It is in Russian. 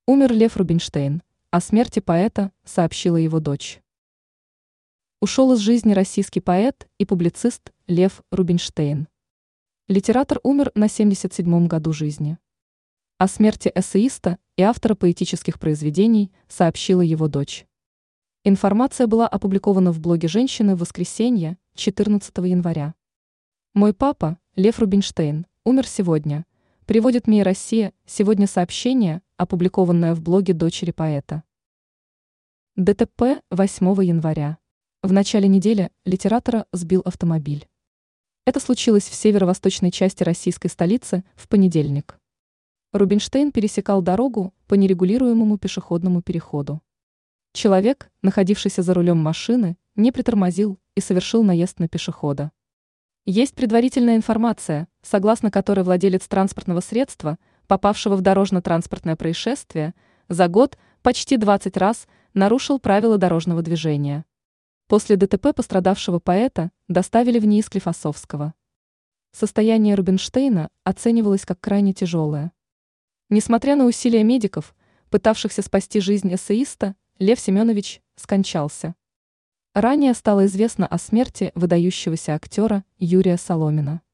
Умер Лев Рубинштейн. О смерти поэта сообщила его дочь. Ушел из жизни российский поэт и публицист Лев Рубинштейн. Литератор умер на 77-м году жизни. О смерти эссеиста и автора поэтических произведений сообщила его дочь. Информация была опубликована в блоге женщины в воскресенье, 14 января. «Мой папа, Лев Рубинштейн, умер сегодня», приводит МИА Россия сегодня сообщение, опубликованное в блоге дочери поэта. ДТП 8 января. В начале недели литератора сбил автомобиль. Это случилось в северо-восточной части российской столицы в понедельник. Рубинштейн пересекал дорогу по нерегулируемому пешеходному переходу. Человек, находившийся за рулем машины, не притормозил и совершил наезд на пешехода. Есть предварительная информация, согласно которой владелец транспортного средства, попавшего в дорожно-транспортное происшествие, за год почти 20 раз нарушил правила дорожного движения. После ДТП пострадавшего поэта доставили в НИИ Склифосовского. Состояние Рубинштейна оценивалось как крайне тяжелое. Несмотря на усилия медиков, пытавшихся спасти жизнь эссеиста, Лев Семенович скончался. Ранее стало известно о смерти выдающегося актера Юрия Соломина.